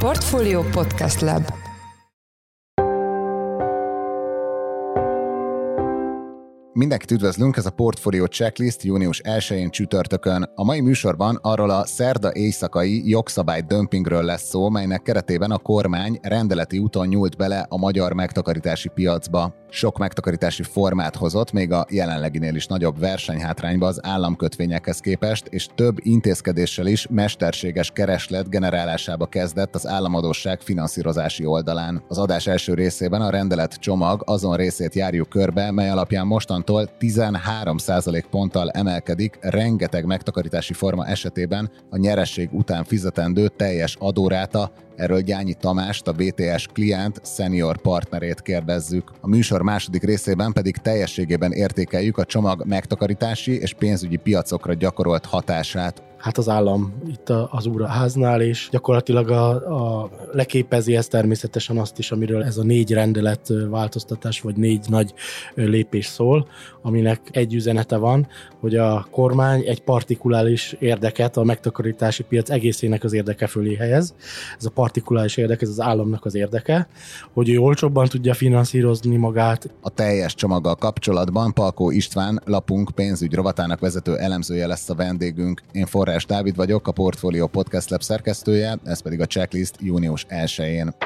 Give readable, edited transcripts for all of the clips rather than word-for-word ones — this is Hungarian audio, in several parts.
Portfolio Podcast Lab. Mindenkit üdvözlünk, ez a Portfolio Checklist június 1-én csütörtökön. A mai műsorban arról a szerda éjszakai jogszabálydömpingről lesz szó, melynek keretében a kormány rendeleti úton nyúlt bele a magyar megtakarítási piacba. Sok megtakarítási formát hozott, még a jelenleginél is nagyobb versenyhátrányba az államkötvényekhez képest, és több intézkedéssel is mesterséges kereslet generálásába kezdett az államadósság finanszírozási oldalán. Az adás első részében a rendelet csomag azon részét járjuk körbe, mely alapján mostantól 13% ponttal emelkedik rengeteg megtakarítási forma esetében a nyeresség után fizetendő teljes adóráta. Erről Gyányi Tamást, a VTS Client senior partnerét kérdezzük. A műsor második részében pedig teljességében értékeljük a csomag megtakarítási és pénzügyi piacokra gyakorolt hatását. Hát az állam itt az úrháznál, és gyakorlatilag leképezi ez természetesen azt is, amiről ez a 4 rendelet változtatás, vagy 4 nagy lépés szól, aminek egy üzenete van, hogy a kormány egy partikuláris érdeket a megtakarítási piac egészének az érdeke fölé helyez. Ez a partikuláris érdek, ez az államnak az érdeke, hogy ő olcsóbban tudja finanszírozni magát. A teljes csomaggal kapcsolatban Palkó István, lapunk pénzügy rovatának vezető elemzője lesz a vendégünk. Én Forrás Dávid vagyok, a Portfolio Podcast Lab szerkesztője, ez pedig a checklist június 1-én.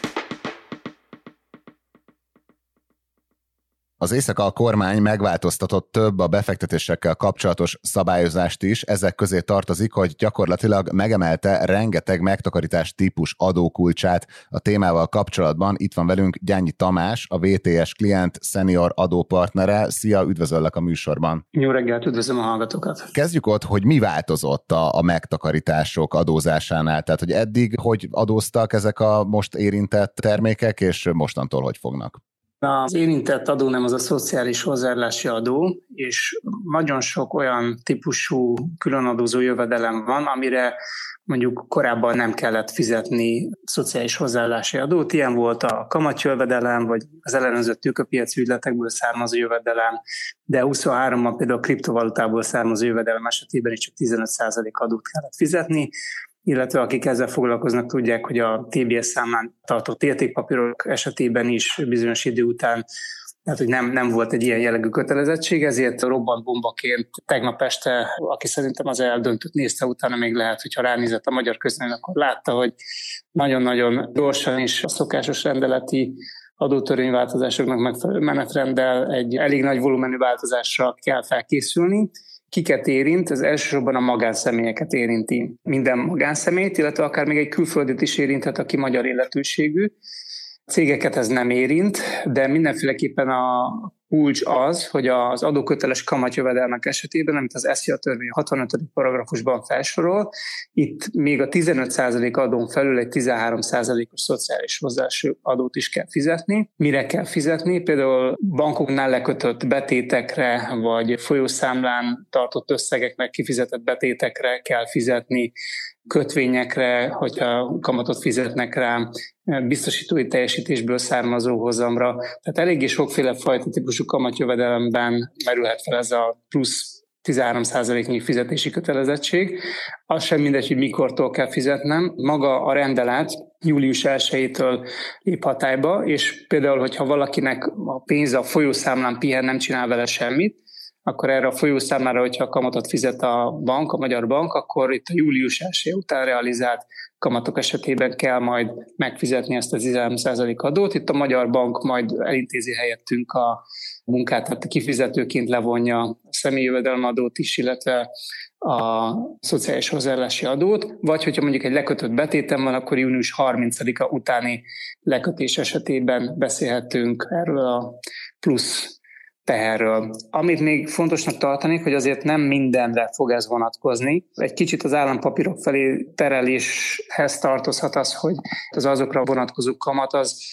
Az éjszaka a kormány megváltoztatott több a befektetésekkel kapcsolatos szabályozást is, ezek közé tartozik, hogy gyakorlatilag megemelte rengeteg megtakarítás típus adókulcsát. A témával kapcsolatban itt van velünk Gyányi Tamás, a VTS Client senior adópartnere. Szia, üdvözöllek a műsorban. Jó reggelt, üdvözlöm a hallgatókat. Kezdjük ott, hogy mi változott a megtakarítások adózásánál, tehát hogy eddig hogy adóztak ezek a most érintett termékek, és mostantól hogy fognak? Az érintett adó nem az a szociális hozzájárulási adó, és nagyon sok olyan típusú különadózó jövedelem van, amire mondjuk korábban nem kellett fizetni szociális hozzájárulási adót. Ilyen volt a kamatjövedelem, vagy az ellenőrzött tőkepiaci ügyletekből származó jövedelem, de 23-ban például a kriptovalutából származó jövedelem esetében is csak 15% adót kellett fizetni, illetve akik ezzel foglalkoznak, tudják, hogy a TBS számlán tartott értékpapírok esetében is bizonyos idő után, tehát hogy nem volt egy ilyen jellegű kötelezettség, ezért robbant bombaként tegnap este, aki szerintem az eldöntött nézte, utána még lehet, hogyha ránézett a magyar közvélemény, akkor látta, hogy nagyon-nagyon gyorsan is a szokásos rendeleti adótörvényváltozásoknak megfelelő menetrenddel egy elég nagy volumenű változásra kell felkészülni. Kiket érint? Ez elsősorban a magánszemélyeket érinti. Minden magánszemélyt, illetve akár még egy külföldit is érinthet, aki magyar illetőségű. Cégeket ez nem érint, de mindenféleképpen a kulcs az, hogy az adóköteles kamatjövedelmek esetében, amit az SZIA törvény 65. paragrafusban felsorol, itt még a 15% adón felül egy 13%-os szociális hozzájárulási adót is kell fizetni. Mire kell fizetni? Például bankoknál lekötött betétekre, vagy folyószámlán tartott összegeknek kifizetett betétekre kell fizetni, kötvényekre, hogyha kamatot fizetnek rá, biztosítói teljesítésből származó hozamra. Tehát eléggé sokféle fajta típusú kamatjövedelemben merülhet fel ez a plusz 13%-nyi fizetési kötelezettség. Az sem mindegy, hogy mikortól kell fizetnem. Maga a rendelet július 1-től lép hatályba, és például, hogyha valakinek a pénze a folyószámlán pihen, nem csinál vele semmit, akkor erre a folyószámlára, hogyha a kamatot fizet a bank, a magyar bank, akkor itt a július 1 után realizált kamatok esetében kell majd megfizetni ezt a 13% adót. Itt a magyar bank majd elintézi helyettünk a munkát, tehát kifizetőként levonja a személyi jövedelemadót is, illetve a szociális hozzájárulási adót, vagy hogyha mondjuk egy lekötött betétem van, akkor június 30-a utáni lekötés esetében beszélhetünk erről a plusz teherről. Amit még fontosnak tartanék, hogy azért nem mindenre fog ez vonatkozni. Egy kicsit az állampapírok felé tereléshez tartozhat az, hogy az azokra vonatkozó kamat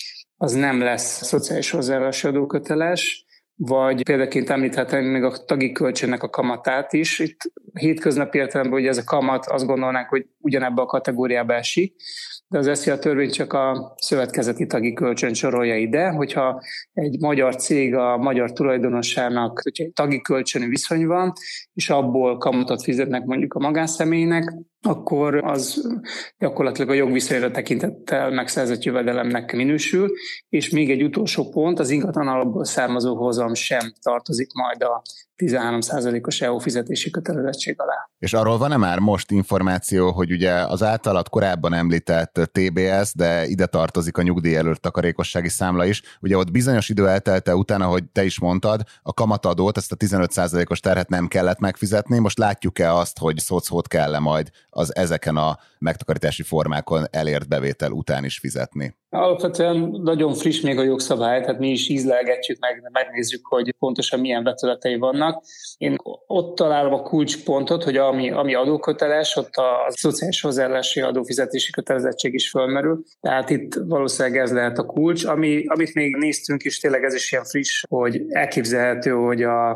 az nem lesz szociális hozzájárulási adóköteles, vagy példaként említhetem még a tagi kölcsönnek a kamatát is. Itt hétköznapi értelemben ugye ez a kamat, azt gondolnánk, hogy ugyanebbe a kategóriába esik, de az SZIA törvény csak a szövetkezeti tagi kölcsön sorolja ide, hogyha egy magyar cég a magyar tulajdonosának, hogyha egy tagi kölcsönű viszony van, és abból kamatot fizetnek mondjuk a magánszemélynek, akkor az gyakorlatilag a jogviszonyra tekintettel megszerzett jövedelemnek minősül, és még egy utolsó pont, az ingatlan alapból származó hozam sem tartozik majd a 13%-os EU fizetési kötelezettség alá. És arról van-e már most információ, hogy ugye az általad korábban említett TBS, de ide tartozik a nyugdíj előtt takarékossági számla is, ugye ott bizonyos idő eltelte utána, hogy te is mondtad, a kamatadót, ezt a 15%-os terhet nem kellett megfizetni, most látjuk-e azt, hogy szocót kell-e majd az ezeken a megtakarítási formákon elért bevétel után is fizetni? Alapvetően nagyon friss még a jogszabály, tehát mi is ízlelgetjük meg, megnézzük, hogy pontosan milyen vetületei vannak. Én ott találom a kulcspontot, hogy ami adóköteles, ott a szociális hozzájárulási adófizetési kötelezettség is fölmerül. Tehát itt valószínűleg ez lehet a kulcs. Amit még néztünk is, tényleg ez is ilyen friss, hogy elképzelhető, hogy a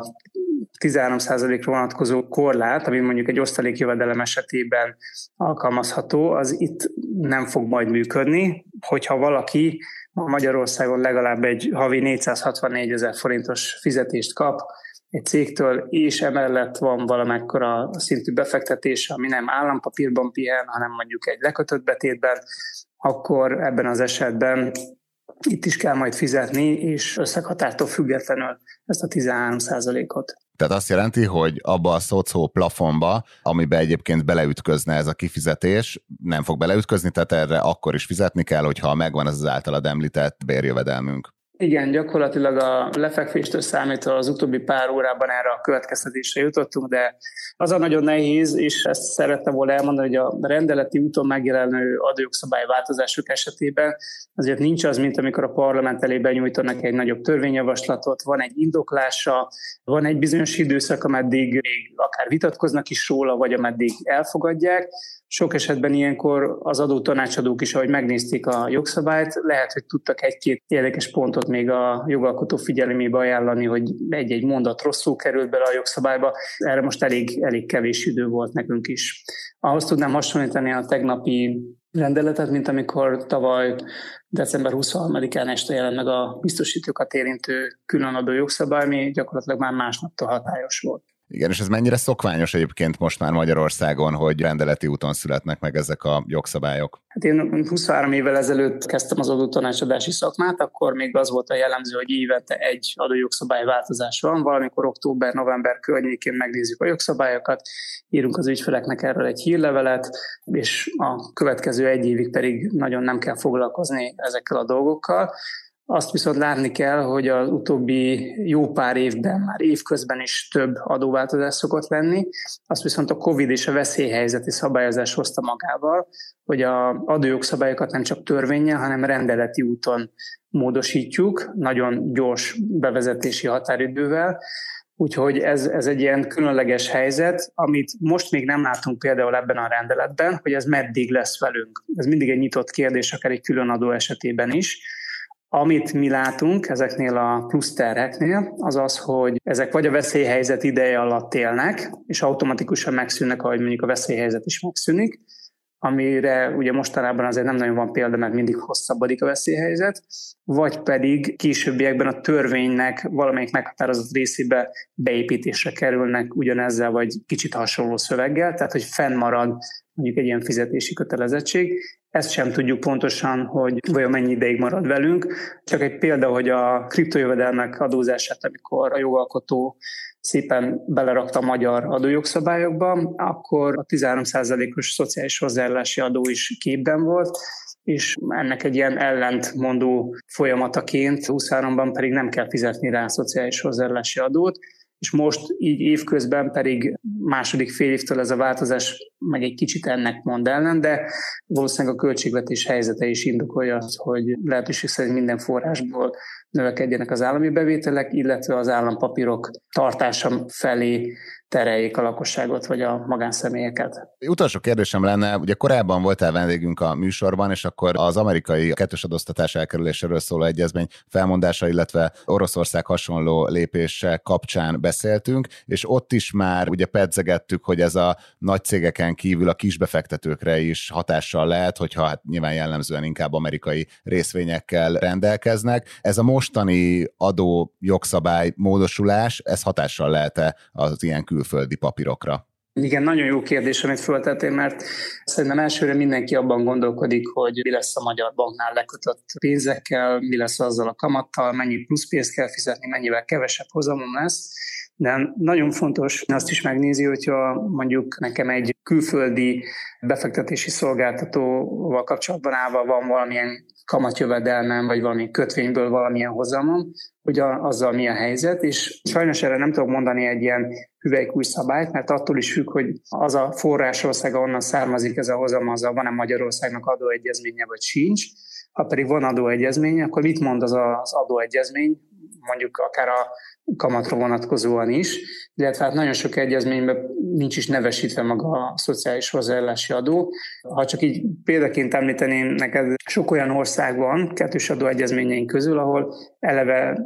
13%-ra vonatkozó korlát, ami mondjuk egy osztalékjövedelem esetében alkalmazható, az itt nem fog majd működni, hogyha valaki Magyarországon legalább egy havi 464 000 forintos fizetést kap egy cégtől, és emellett van valamekkora szintű befektetés, ami nem állampapírban pihen, hanem mondjuk egy lekötött betétben, akkor ebben az esetben itt is kell majd fizetni, és összeghatártól függetlenül ezt a 13%-ot. Tehát azt jelenti, hogy abba a szocó plafonba, amiben egyébként beleütközne ez a kifizetés, nem fog beleütközni, tehát erre akkor is fizetni kell, hogyha megvan az általad említett bérjövedelmünk. Igen, gyakorlatilag a lefekvéstől számítva az utóbbi pár órában erre a következtetésre jutottunk, de az a nagyon nehéz, és ezt szerettem volna elmondani, hogy a rendeleti úton megjelenő adójogszabályváltozások esetében azért nincs az, mint amikor a parlament elé benyújtanak egy nagyobb törvényjavaslatot, van egy indoklása, van egy bizonyos időszak, ameddig még akár vitatkoznak is róla, vagy ameddig elfogadják. Sok esetben ilyenkor az adótanácsadók is, ahogy megnézték a jogszabályt, lehet, hogy tudtak egy-két érdekes pontot még a jogalkotó figyelmébe ajánlani, hogy egy-egy mondat rosszul került bele a jogszabályba. Erre most elég kevés idő volt nekünk is. Ahhoz tudnám hasonlítani a tegnapi rendeletet, mint amikor tavaly december 23-án este jelent meg a biztosítókat érintő különadó jogszabály, ami gyakorlatilag már másnaptól hatályos volt. Igen, és ez mennyire szokványos egyébként most már Magyarországon, hogy rendeleti úton születnek meg ezek a jogszabályok? Hát én 23 évvel ezelőtt kezdtem az adótanácsadási szakmát, akkor még az volt a jellemző, hogy évente egy adójogszabályváltozás van, valamikor október-november környékén megnézzük a jogszabályokat, írunk az ügyfeleknek erről egy hírlevelet, és a következő egy évig pedig nagyon nem kell foglalkozni ezekkel a dolgokkal. Azt viszont látni kell, hogy az utóbbi jó pár évben, már évközben is több adóváltozás szokott lenni. Azt viszont a Covid és a veszélyhelyzeti szabályozás hozta magával, hogy az adójogszabályokat nem csak törvénnyel, hanem rendeleti úton módosítjuk, nagyon gyors bevezetési határidővel. Úgyhogy ez egy ilyen különleges helyzet, amit most még nem látunk például ebben a rendeletben, hogy ez meddig lesz velünk. Ez mindig egy nyitott kérdés, akár egy külön adó esetében is. Amit mi látunk ezeknél a plusz terheknél, az az, hogy ezek vagy a veszélyhelyzet ideje alatt élnek, és automatikusan megszűnnek, ahogy mondjuk a veszélyhelyzet is megszűnik, amire ugye mostanában azért nem nagyon van példa, mert mindig hosszabbodik a veszélyhelyzet, vagy pedig későbbiekben a törvénynek valamelyik meghatározott részébe beépítésre kerülnek ugyanezzel, vagy kicsit hasonló szöveggel, tehát hogy fennmarad mondjuk egy ilyen fizetési kötelezettség. Ezt sem tudjuk pontosan, hogy vajon mennyi ideig marad velünk. Csak egy példa, hogy a kriptojövedelmek adózását, amikor a jogalkotó szépen belerakta a magyar adójogszabályokba, akkor a 13%-os szociális hozzájárulási adó is képben volt, és ennek egy ilyen ellentmondó folyamataként 23-ban pedig nem kell fizetni rá a szociális hozzájárulási adót, és most így évközben pedig második fél évtől ez a változás meg egy kicsit ennek mond ellen, de valószínűleg a költségvetés helyzete is indokolja azt, hogy lehetőség szerint minden forrásból növekedjenek az állami bevételek, illetve az állampapírok tartása felé tereljék a lakosságot vagy a magánszemélyeket. Utolsó kérdésem lenne, ugye korábban voltál vendégünk a műsorban, és akkor az amerikai kettős adóztatás elkerüléséről szóló egyezmény felmondása, illetve Oroszország hasonló lépése kapcsán beszéltünk, és ott is már ugye pedzegettük, hogy ez a nagy cégeken kívül a kisbefektetőkre is hatással lehet, hogyha hát nyilván jellemzően inkább amerikai részvényekkel rendelkeznek. Ez a mostani adó jogszabály módosulás, ez hatással lehet-e az ilyen külföldi papírokra? Igen, nagyon jó kérdés, amit föltettél, mert szerintem elsőre mindenki abban gondolkodik, hogy mi lesz a magyar banknál lekötött pénzekkel, mi lesz azzal a kamattal, mennyi plusz pénzt kell fizetni, mennyivel kevesebb hozamom lesz. De nagyon fontos azt is megnézni, hogyha mondjuk nekem egy külföldi befektetési szolgáltatóval kapcsolatban állva van valamilyen kamatjövedelmem, vagy valami kötvényből valamilyen hozamom, hogy azzal mi a helyzet, és sajnos erre nem tudok mondani egy ilyen hüvelykúj szabályt, mert attól is függ, hogy az a forrásország, onnan származik ez a hozam, azzal van-e Magyarországnak adóegyezménye, vagy sincs. Ha pedig van adóegyezmény, akkor mit mond az adóegyezmény, mondjuk akár a kamatra vonatkozóan is, illetve hát nagyon sok egyezményben nincs is nevesítve maga a szociális hozzájárulási adó. Ha csak így példaként említeném neked, sok olyan ország van kettős adóegyezményeink közül, ahol eleve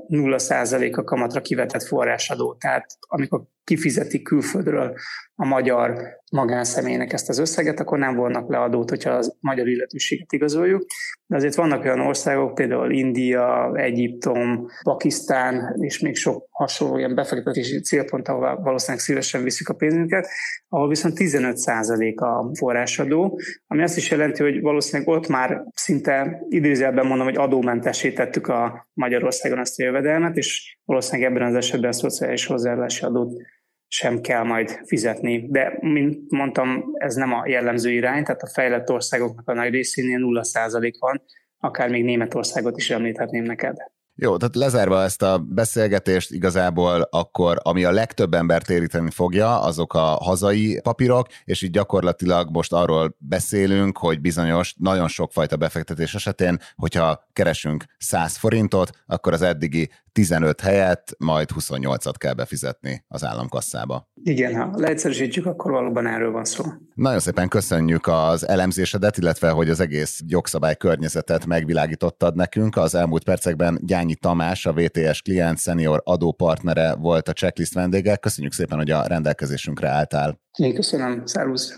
0% a kamatra kivetett forrásadó. Tehát amikor kifizetik külföldről a magyar magánszemélynek ezt az összeget, akkor nem vonnak le adót, hogyha a magyar illetőséget igazoljuk. De azért vannak olyan országok, például India, Egyiptom, Pakisztán, és még sok hasonló ilyen befektetési célpont, ahol valószínűleg szívesen viszik a pénzünket, ahol viszont 15% a forrásadó, ami azt is jelenti, hogy valószínűleg ott már szinte idézőjelben mondom, hogy adómentesítettük a Magyarországon ezt a jövedelmet, és valószínűleg ebben az esetben a szociális hozzájárulási adót sem kell majd fizetni. De, mint mondtam, ez nem a jellemző irány, tehát a fejlett országoknak a nagy részénél 0% van, akár még Németországot is említhetném neked. Jó, tehát lezárva ezt a beszélgetést igazából akkor, ami a legtöbb embert érinteni fogja, azok a hazai papírok, és így gyakorlatilag most arról beszélünk, hogy bizonyos, nagyon sokfajta befektetés esetén, hogyha keresünk 100 forintot, akkor az eddigi 15 helyett majd 28-at kell befizetni az államkasszába. Igen, ha leegyszerűsítjük, akkor valóban erről van szó. Nagyon szépen köszönjük az elemzésedet, illetve hogy az egész jogszabály környezetet megvilágítottad nekünk. Az elmúlt percekben Gyányi Tamás, a VTS Client Senior adópartnere volt a Checklist vendége. Köszönjük szépen, hogy a rendelkezésünkre álltál. Én köszönöm, szervusz!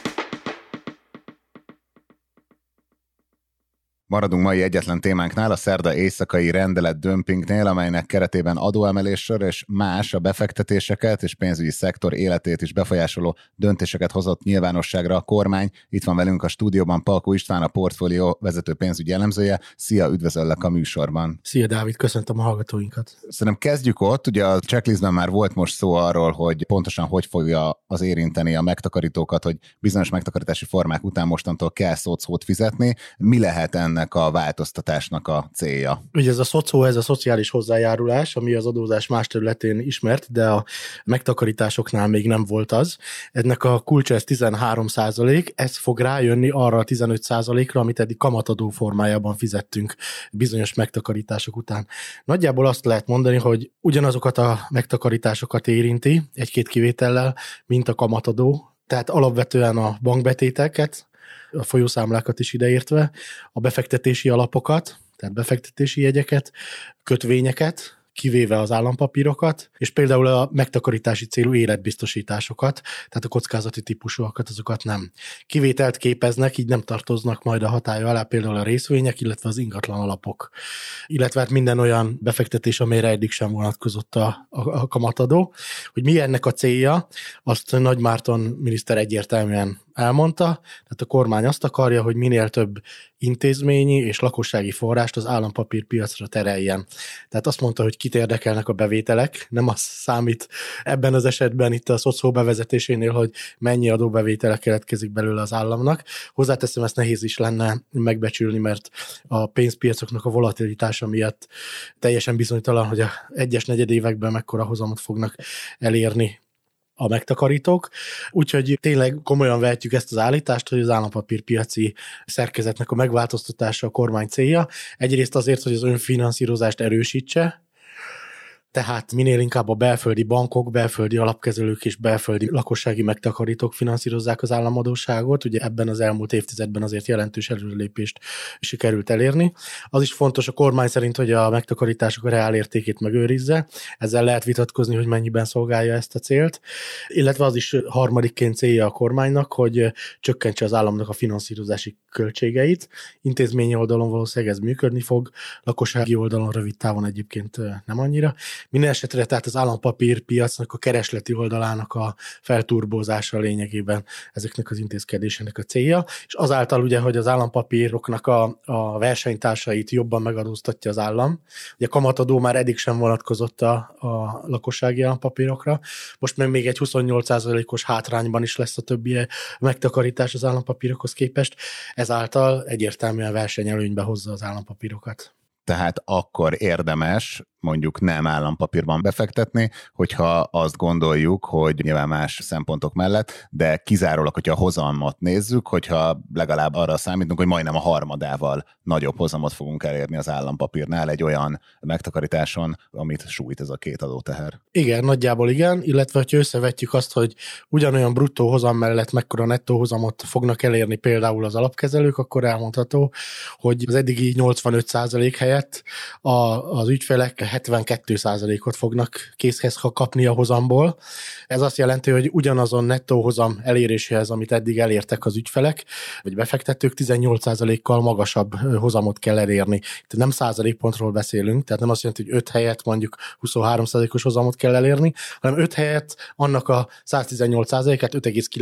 Maradunk mai egyetlen témánknál, a szerda éjszakai rendelet dömpingnél, amelynek keretében adóemelésről és más a befektetéseket és pénzügyi szektor életét is befolyásoló döntéseket hozott nyilvánosságra a kormány. Itt van velünk a stúdióban Palkó István, a Portfolio vezető pénzügyi elemzője. Szia, üdvözöllek a műsorban. Szia, Dávid, köszöntöm a hallgatóinkat. Szerintem kezdjük ott, ugye a checklistben már volt most szó arról, hogy pontosan hogy fogja az érinteni a megtakarítókat, hogy bizonyos megtakarítási formák után mostantól kell szocót fizetni. Mi lehet ennek a változtatásnak a célja? Ugye ez a szocó, ez a szociális hozzájárulás, ami az adózás más területén ismert, de a megtakarításoknál még nem volt az. Ennek a kulcsa ez 13%, ez fog rájönni arra a 15%-ra, amit eddig kamatadó formájában fizettünk bizonyos megtakarítások után. Nagyjából azt lehet mondani, hogy ugyanazokat a megtakarításokat érinti, egy-két kivétellel, mint a kamatadó, tehát alapvetően a bankbetéteket, a folyószámlákat is ideértve, a befektetési alapokat, tehát befektetési jegyeket, kötvényeket, kivéve az állampapírokat, és például a megtakarítási célú életbiztosításokat, tehát a kockázati típusúakat, azokat nem. Kivételt képeznek, így nem tartoznak majd a hatálya alá például a részvények, illetve az ingatlan alapok. Illetve hát minden olyan befektetés, amelyre eddig sem vonatkozott a kamatadó. Hogy mi ennek a célja, azt Nagy Márton miniszter egyértelműen elmondta, tehát a kormány azt akarja, hogy minél több intézményi és lakossági forrást az állampapírpiacra tereljen. Tehát azt mondta, hogy kit érdekelnek a bevételek, nem az számít ebben az esetben itt a szocó bevezetésénél, hogy mennyi adóbevétele keletkezik belőle az államnak. Hozzáteszem, ezt nehéz is lenne megbecsülni, mert a pénzpiacoknak a volatilitása miatt teljesen bizonytalan, hogy a egyes negyedévekben mekkora hozamot fognak elérni a megtakarítók. Úgyhogy tényleg komolyan vehetjük ezt az állítást, hogy az állampapírpiaci szerkezetnek a megváltoztatása a kormány célja. Egyrészt azért, hogy az önfinanszírozást erősítse, tehát minél inkább a belföldi bankok, belföldi alapkezelők és belföldi lakossági megtakarítók finanszírozzák az államadósságot. Ugye ebben az elmúlt évtizedben azért jelentős előrelépést sikerült elérni. Az is fontos a kormány szerint, hogy a megtakarítások a reálértékét megőrizze. Ezzel lehet vitatkozni, hogy mennyiben szolgálja ezt a célt. Illetve az is harmadikként célja a kormánynak, hogy csökkentse az államnak a finanszírozási költségeit. Intézményi oldalon valószínűleg ez működni fog, lakossági oldalon rövid távon egyébként nem annyira. Minden esetre tehát az állampapírpiacnak a keresleti oldalának a felturbózása lényegében ezeknek az intézkedéseknek a célja, és azáltal ugye, hogy az állampapíroknak a versenytársait jobban megadóztatja az állam. Ugye kamatadó már eddig sem vonatkozott a lakossági állampapírokra, most meg még egy 28%-os hátrányban is lesz a többi megtakarítás az állampapírokhoz képest, ezáltal egyértelműen versenyelőnybe hozza az állampapírokat. Tehát akkor érdemes mondjuk nem állampapírban befektetni, hogyha azt gondoljuk, hogy nyilván más szempontok mellett, de kizárólag, hogyha a hozamot nézzük, hogyha legalább arra számítunk, hogy majdnem a harmadával nagyobb hozamot fogunk elérni az állampapírnál egy olyan megtakarításon, amit sújt ez a két adóteher. Igen, nagyjából igen, illetve hogyha összevetjük azt, hogy ugyanolyan bruttó hozam mellett mekkora nettó hozamot fognak elérni például az alapkezelők, akkor elmondható, hogy az eddigi 85% helyett az ügyfelek 72%-ot fognak készhez kapni a hozamból. Ez azt jelenti, hogy ugyanazon nettó hozam eléréséhez, amit eddig elértek az ügyfelek, vagy befektetők, 18%-kal magasabb hozamot kell elérni. Itt nem százalékpontról beszélünk, tehát nem azt jelenti, hogy 5 helyett mondjuk 23%-os hozamot kell elérni, hanem 5 helyett annak a 118%-át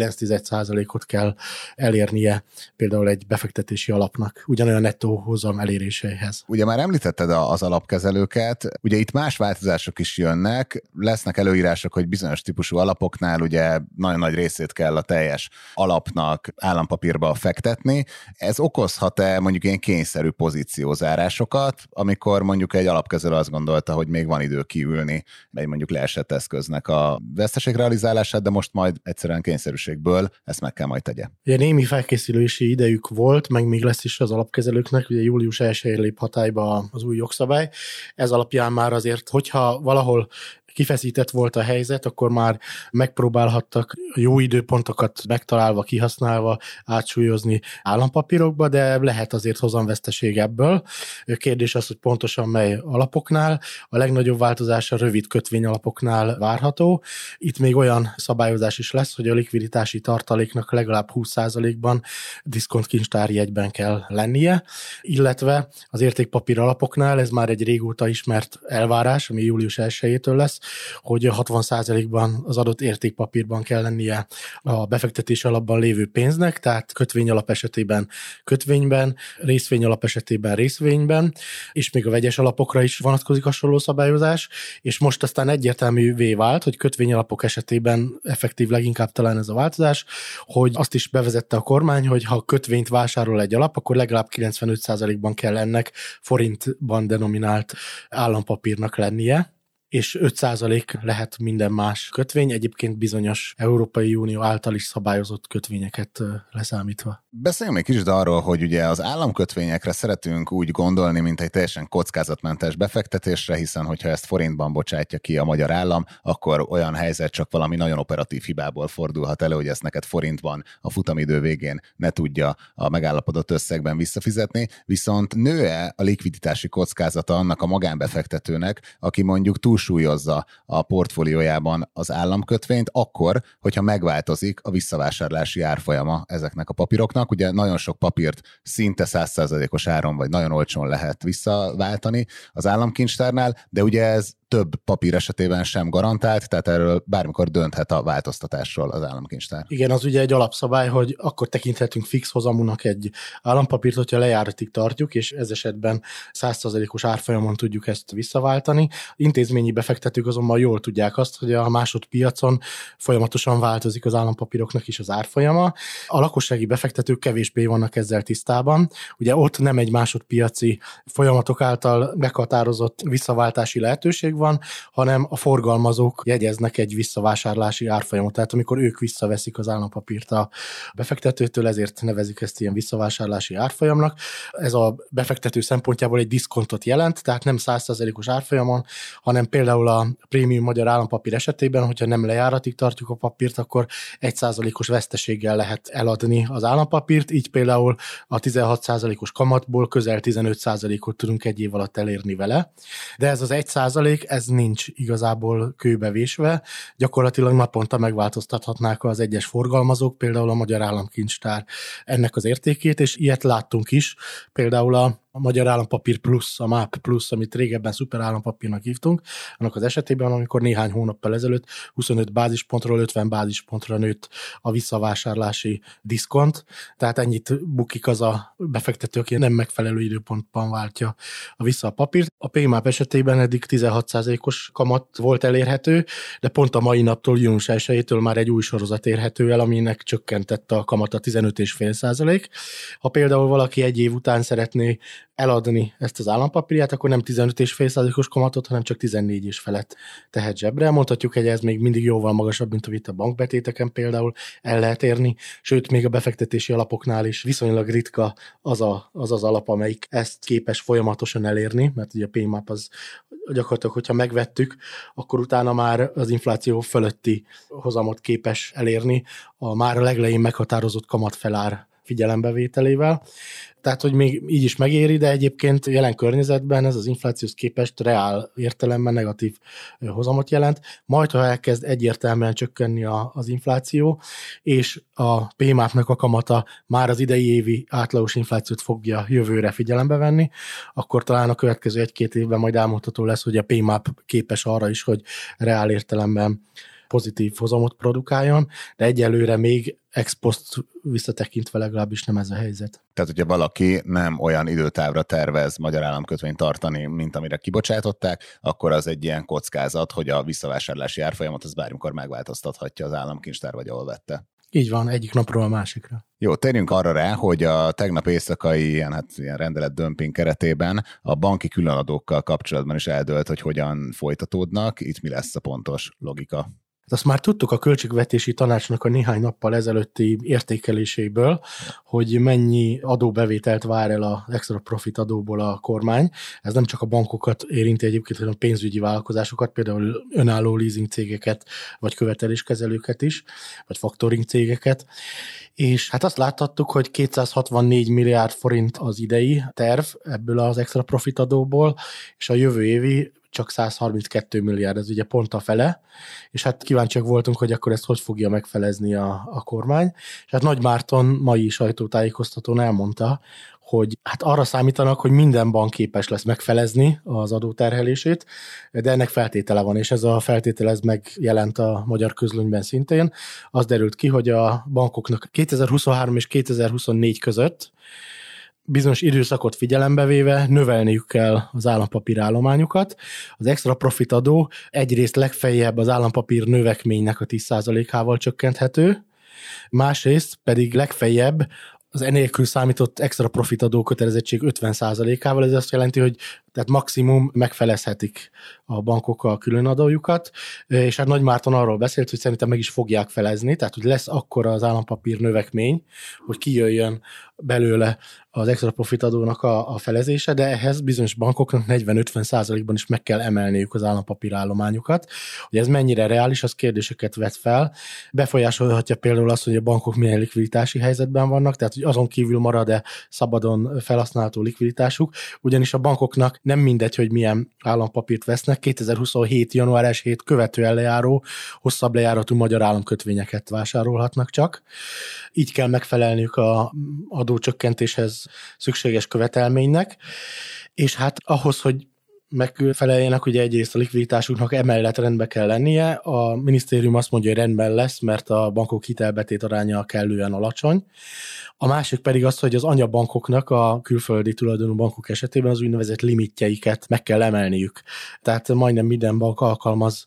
5,9%-ot kell elérnie például egy befektetési alapnak, ugyanolyan nettó hozam eléréséhez. Ugye már említetted az alapkezelőket, ugye itt más változások is jönnek, lesznek előírások, hogy bizonyos típusú alapoknál ugye nagyon nagy részét kell a teljes alapnak állampapírba fektetni. Ez okozhat-e mondjuk ilyen kényszerű pozíciózárásokat, amikor mondjuk egy alapkezelő azt gondolta, hogy még van idő kiülni egy mondjuk leesett eszköznek a veszteség realizálását, de most majd egyszerűen kényszerűségből ezt meg kell majd tegye. Ugye némi felkészülési idejük volt, meg még lesz is az alapkezelőknek, ugye július 1-én lép hatályba az új jogszabály. Ez alapján már azért, hogyha valahol kifeszített volt a helyzet, akkor már megpróbálhattak jó időpontokat megtalálva, kihasználva átsúlyozni állampapírokba, de lehet azért hozamveszteség ebből. Kérdés az, hogy pontosan mely alapoknál. A legnagyobb változás a rövid kötvényalapoknál várható. Itt még olyan szabályozás is lesz, hogy a likviditási tartaléknak legalább 20%-ban diszkontkincstári jegyben kell lennie, illetve az értékpapír alapoknál, ez már egy régóta ismert elvárás, ami július 1-től lesz, hogy 60%-ban az adott értékpapírban kell lennie a befektetés alapban lévő pénznek, tehát kötvényalap esetében kötvényben, részvényalap esetében részvényben, és még a vegyes alapokra is vonatkozik hasonló szabályozás, és most aztán egyértelművé vált, hogy kötvényalapok esetében effektív leginkább talán ez a változás, hogy azt is bevezette a kormány, hogy ha kötvényt vásárol egy alap, akkor legalább 95%-ban kell ennek forintban denominált állampapírnak lennie, és 5% lehet minden más kötvény, egyébként bizonyos Európai Unió által is szabályozott kötvényeket leszámítva. Beszéljünk még kicsit arról, hogy ugye az államkötvényekre szeretünk úgy gondolni, mint egy teljesen kockázatmentes befektetésre, hiszen hogyha ezt forintban bocsátja ki a magyar állam, akkor olyan helyzet csak valami nagyon operatív hibából fordulhat elő, hogy ezt neked forintban a futamidő végén ne tudja a megállapodott összegben visszafizetni, viszont nő-e a likviditási kockázata annak a magánbefektetőnek, aki mondjuk túlsúlyozza a portfóliójában az államkötvényt, akkor, hogyha megváltozik a visszavásárlási árfolyama ezeknek a papíroknak. Ugye nagyon sok papírt szinte 100%-os áron, vagy nagyon olcsón lehet visszaváltani az államkincstárnál, de ugye ez több papír esetében sem garantált, tehát erről bármikor dönthet a változtatásról az államkincstár. Igen, az ugye egy alapszabály, hogy akkor tekinthetünk fix hozamúnak egy állampapírt, hogyha lejáratig tartjuk, és ez esetben 100%-os árfolyamon tudjuk ezt visszaváltani. Intézményi befektetők azonban jól tudják azt, hogy a másodpiacon folyamatosan változik az állampapíroknak is az árfolyama. A lakossági befektetők kevésbé vannak ezzel tisztában. Ugye ott nem egy másodpiaci folyamatok által meghatározott visszaváltási lehetőség van, hanem a forgalmazók jegyeznek egy visszavásárlási árfolyamot. Tehát amikor ők visszaveszik az állampapírt a befektetőtől, ezért nevezik ezt ilyen visszavásárlási árfolyamnak. Ez a befektető szempontjából egy diszkontot jelent, tehát nem 100%-os árfolyamon, hanem például a prémium magyar állampapír esetében, hogyha nem lejáratig tartjuk a papírt, akkor 1%-os veszteséggel lehet eladni az állampapírt, így például a 16%-os kamatból közel 15%-ot tudunk egy év alatt elérni vele. De ez az 1%, ez nincs igazából kőbevésve, gyakorlatilag naponta megváltoztathatnák az egyes forgalmazók, például a Magyar Államkincstár ennek az értékét, és ilyet láttunk is, például a Magyar Állampapír Plus, a MÁP Plus, amit régebben szuper állampapírnak hívtunk, annak az esetében, amikor néhány hónappal ezelőtt 25 bázispontról 50 bázispontra nőtt a visszavásárlási diszkont, tehát ennyit bukik az a befektető, aki nem megfelelő időpontban váltja vissza a papírt. A PMAP esetében eddig 16%-os kamat volt elérhető, de pont a mai naptól, június 1-től már egy új sorozat érhető el, aminek csökkentett a kamata 15,5%. Ha például valaki egy év után szeretné eladni ezt az állampapírját, akkor nem 15,5%-os kamatot, hanem csak 14 és felett tehet zsebre. Mondhatjuk, hogy ez még mindig jóval magasabb, mint amit a bankbetéteken például el lehet érni, sőt, még a befektetési alapoknál is viszonylag ritka az az alap, amelyik ezt képes folyamatosan elérni, mert ugye a PMAP az gyakorlatilag, hogyha megvettük, akkor utána már az infláció fölötti hozamot képes elérni a már a legelején meghatározott kamatfelár figyelembevételével. Tehát, hogy még így is megéri, de egyébként jelen környezetben ez az inflációhoz képest reál értelemben negatív hozamot jelent. Majd, ha elkezd egyértelműen csökkenni az infláció, és a PMAP-nak a kamata már az idei évi átlagos inflációt fogja jövőre figyelembe venni, akkor talán a következő 1-2 évben majd elmondható lesz, hogy a PMAP képes arra is, hogy reál értelemben pozitív hozamot produkáljon, de egyelőre még ex post visszatekintve legalábbis nem ez a helyzet. Tehát, hogyha valaki nem olyan időtávra tervez magyar államkötvényt tartani, mint amire kibocsátották, akkor az egy ilyen kockázat, hogy a visszavásárlási árfolyamot az bármikor megváltoztathatja az államkincstár, vagy ahol vette. Így van, egyik napról a másikra. Jó, térjünk arra rá, hogy a tegnap éjszakai ilyen rendelet dömping keretében a banki különadókkal kapcsolatban is eldőlt, hogy hogyan folytatódnak. Itt mi lesz a pontos logika? Azt már tudtuk a Költségvetési Tanácsnak a néhány nappal ezelőtti értékeléséből, hogy mennyi adóbevételt vár el az extra profit adóból a kormány. Ez nem csak a bankokat érinti egyébként, hanem a pénzügyi vállalkozásokat, például önálló leasing cégeket, vagy követeléskezelőket is, vagy factoring cégeket. És hát azt láthattuk, hogy 264 milliárd forint az idei terv ebből az extra profit adóból, és a jövő évi csak 132 milliárd, ez ugye pont a fele, és hát kíváncsiak voltunk, hogy akkor ezt hogy fogja megfelezni a kormány. És hát Nagy Márton mai sajtótájékoztatón elmondta, hogy hát arra számítanak, hogy minden bank képes lesz megfelezni az adóterhelését, de ennek feltétele van, és ez a feltétel ez megjelent a magyar közlönyben szintén. Az derült ki, hogy a bankoknak 2023 és 2024 között bizonyos időszakot figyelembe véve növelniük kell az állampapírállományukat. Az extra profit adó egyrészt legfeljebb az állampapír növekménynek a 10%-ával csökkenthető, másrészt pedig legfeljebb az enélkül számított extra profit adó kötelezettség 50%-ával, ez azt jelenti, hogy tehát maximum megfelezhetik a bankok a különadójukat, és hát Nagy Márton arról beszélt, hogy szerintem meg is fogják felezni, tehát hogy lesz akkora az állampapír növekmény, hogy kijöjjön belőle az extra profit adónak a felezése, de ehhez bizonyos bankoknak 40-50%-ban is meg kell emelniük az állampapír állományukat. Hogy ez mennyire reális, az kérdéseket vet fel. Befolyásolhatja például azt, hogy a bankok milyen likviditási helyzetben vannak, tehát hogy azon kívül marad-e szabadon felhasználható likviditásuk, ugyanis a bankoknak nem mindegy, hogy milyen állampapírt vesznek. 2027. január 1 követően lejáró, hosszabb lejáratú magyar államkötvényeket vásárolhatnak csak. Így kell megfelelniük az adócsökkentéshez szükséges követelménynek, és hát ahhoz, hogy megfeleljenek, ugye egyrészt a likviditásuknak emellett rendbe kell lennie. A minisztérium azt mondja, hogy rendben lesz, mert a bankok hitelbetét aránya kellően alacsony. A másik pedig az, hogy az anyabankoknak, a külföldi tulajdonú bankok esetében az úgynevezett limitjeiket meg kell emelniük. Tehát majdnem minden bank alkalmaz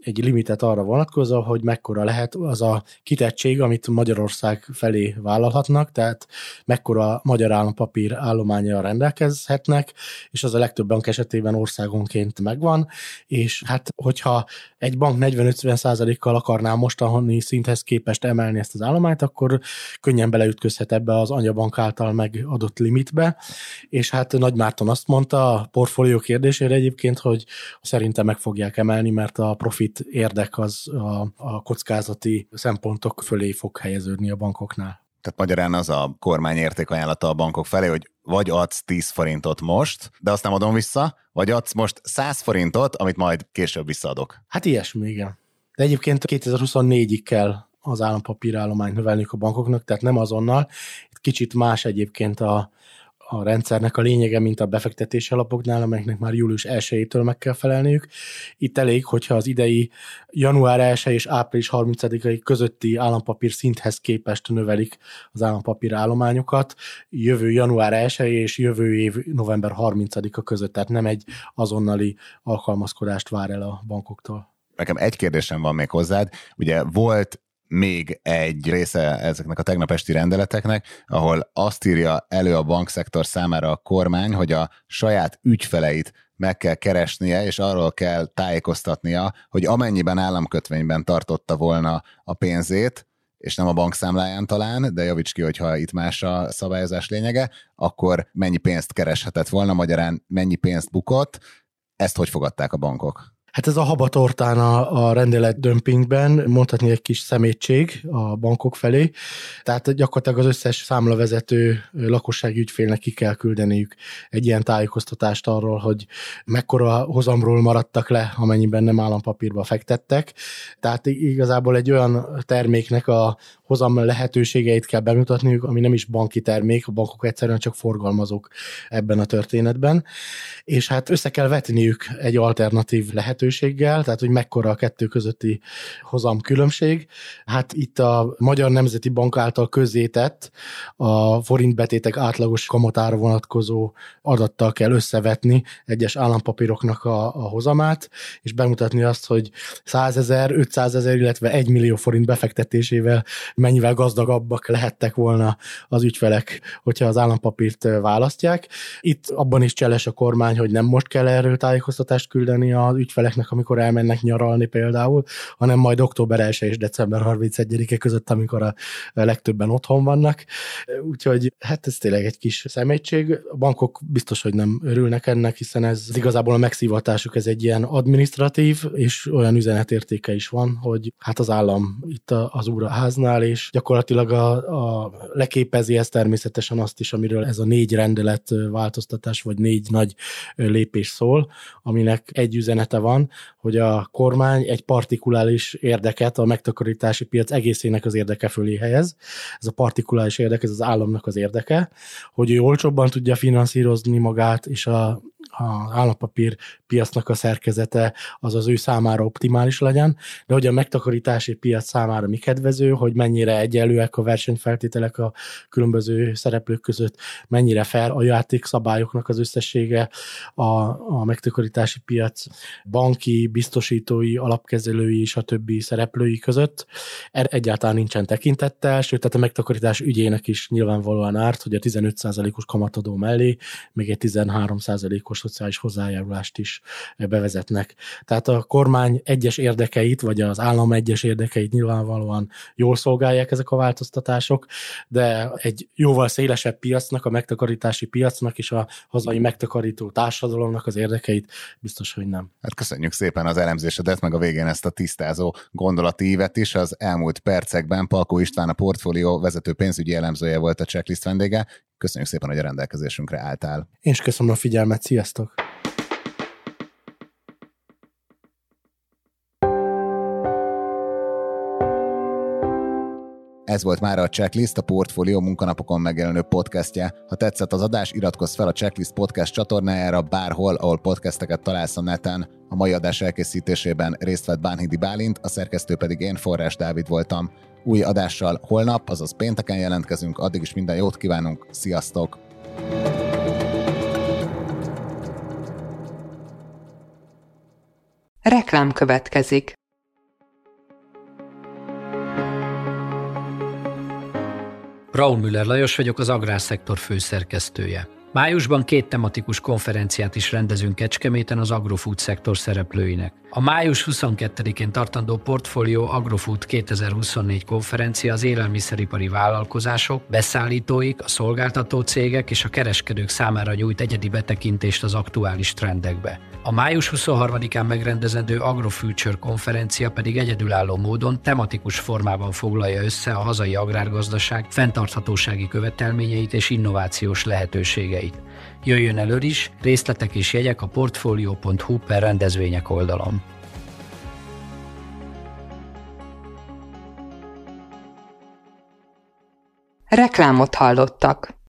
egy limitet arra vonatkozó, hogy mekkora lehet az a kitettség, amit Magyarország felé vállalhatnak, tehát mekkora magyar állampapír állománnyal rendelkezhetnek, és az a legtöbb bank esetében országonként megvan, és hát hogyha egy bank 40-50%-kal akarná mostani szinthez képest emelni ezt az állományt, akkor könnyen beleütközhet ebbe az anyabank által megadott limitbe, és hát Nagy Márton azt mondta a portfólió kérdésére egyébként, hogy szerintem meg fogják emelni, mert a profit érdek az a kockázati szempontok fölé fog helyeződni a bankoknál. Tehát magyarán az a kormány értékajánlata a bankok felé, hogy vagy adsz 10 forintot most, de azt nem adom vissza, vagy adsz most 100 forintot, amit majd később visszaadok. Hát ilyesmi, igen. De egyébként 2024-ig kell az állampapírállományt növelniük a bankoknak, tehát nem azonnal. Itt kicsit más egyébként a rendszernek a lényege, mint a befektetési alapoknál, amelyeknek már július 1-től meg kell felelniük. Itt elég, hogyha az idei január 1 és április 30-ai közötti állampapír szinthez képest növelik az állampapír állományokat, jövő január 1 és jövő év november 30-a között, tehát nem egy azonnali alkalmazkodást vár el a bankoktól. Nekem egy kérdésem van még hozzád. Ugye volt még egy része ezeknek a tegnap esti rendeleteknek, ahol azt írja elő a bankszektor számára a kormány, hogy a saját ügyfeleit meg kell keresnie, és arról kell tájékoztatnia, hogy amennyiben államkötvényben tartotta volna a pénzét, és nem a bankszámláján talán, de javíts ki, hogyha itt más a szabályozás lényege, akkor mennyi pénzt kereshetett volna, magyarán mennyi pénzt bukott, ezt hogy fogadták a bankok? Hát ez a habatortán a rendelet dömpingben mondhatni egy kis szemétség a bankok felé, tehát gyakorlatilag az összes számlavezető lakossági ügyfélnek ki kell küldeniük egy ilyen tájékoztatást arról, hogy mekkora hozamról maradtak le, amennyiben nem állampapírba fektettek. Tehát igazából egy olyan terméknek a hozam lehetőségeit kell bemutatniuk, ami nem is banki termék, a bankok egyszerűen csak forgalmazók ebben a történetben. És hát össze kell vetniük egy alternatív lehetőséggel, tehát hogy mekkora a kettő közötti hozam különbség. Hát itt a Magyar Nemzeti Bank által közzétett a forintbetétek átlagos kamatára vonatkozó adattal kell összevetni egyes állampapíroknak a hozamát, és bemutatni azt, hogy 100 000, 500 000, illetve 1 millió forint befektetésével mennyivel gazdagabbak lehettek volna az ügyfelek, hogyha az állampapírt választják. Itt abban is cseles a kormány, hogy nem most kell erről tájékoztatást küldeni az ügyfeleknek, amikor elmennek nyaralni például, hanem majd október 1 és december 31-e között, amikor a legtöbben otthon vannak. Úgyhogy hát ez tényleg egy kis szemétség. A bankok biztos, hogy nem örülnek ennek, hiszen ez igazából a megszívatásuk, ez egy ilyen adminisztratív és olyan üzenetértéke is van, hogy hát az állam itt az úr a háznál, és gyakorlatilag leképezi ezt természetesen azt is, amiről ez a 4 rendelet változtatás, vagy 4 nagy lépés szól, aminek egy üzenete van, hogy a kormány egy partikuláris érdeket a megtakarítási piac egészének az érdeke fölé helyez. Ez a partikuláris érdek, ez az államnak az érdeke, hogy ő olcsóbban tudja finanszírozni magát, és az állampapír piacnak a szerkezete az az ő számára optimális legyen, de hogy a megtakarítási piac számára mi kedvező, hogy mennyire egyenlőek a versenyfeltételek a különböző szereplők között, mennyire fair a játékszabályoknak az összessége a megtakarítási piac banki, biztosítói, alapkezelői és a többi szereplői között. Egyáltalán nincsen tekintettel, sőt, tehát a megtakarítás ügyének is nyilvánvalóan árt, hogy a 15%-os kamatadó mellé még egy 13%-os szociális hozzájárulást is bevezetnek. Tehát a kormány egyes érdekeit, vagy az állam egyes érdekeit nyilvánvalóan jól szolgálják ezek a változtatások, de egy jóval szélesebb piacnak, a megtakarítási piacnak és a hazai megtakarító társadalomnak az érdekeit biztos, hogy nem. Hát köszönjük szépen az elemzésedet, meg a végén ezt a tisztázó gondolati ívet is. Az elmúlt percekben Palkó István, a portfólió vezető pénzügyi elemzője volt a Checklist vendége. Köszönjük szépen, hogy a rendelkezésünkre álltál. Én is köszönöm a figyelmet, sziasztok! Ez volt már a Checklist, a Portfólió munkanapokon megjelenő podcastje. Ha tetszett az adás, iratkozz fel a Checklist podcast csatornájára bárhol, ahol podcasteket találsz a neten. A mai adás elkészítésében részt vett Bánhidi Bálint, a szerkesztő pedig én, Forrás Dávid voltam. Új adással holnap, azaz pénteken jelentkezünk, addig is minden jót kívánunk, sziasztok! Reklám következik. Braun Müller Lajos vagyok, az Agrárszektor főszerkesztője. Májusban 2 tematikus konferenciát is rendezünk Kecskeméten az agrofood szektor szereplőinek. A május 22-én tartandó Portfolio Agrofood 2024 konferencia az élelmiszeripari vállalkozások, beszállítóik, a szolgáltató cégek és a kereskedők számára nyújt egyedi betekintést az aktuális trendekbe. A május 23-án megrendezendő AgroFuture konferencia pedig egyedülálló módon tematikus formában foglalja össze a hazai agrárgazdaság fenntarthatósági követelményeit és innovációs lehetőségeit. Jöjjön elő is, részletek és jegyek a portfolio.hu/rendezvények oldalon. Reklámot hallottak.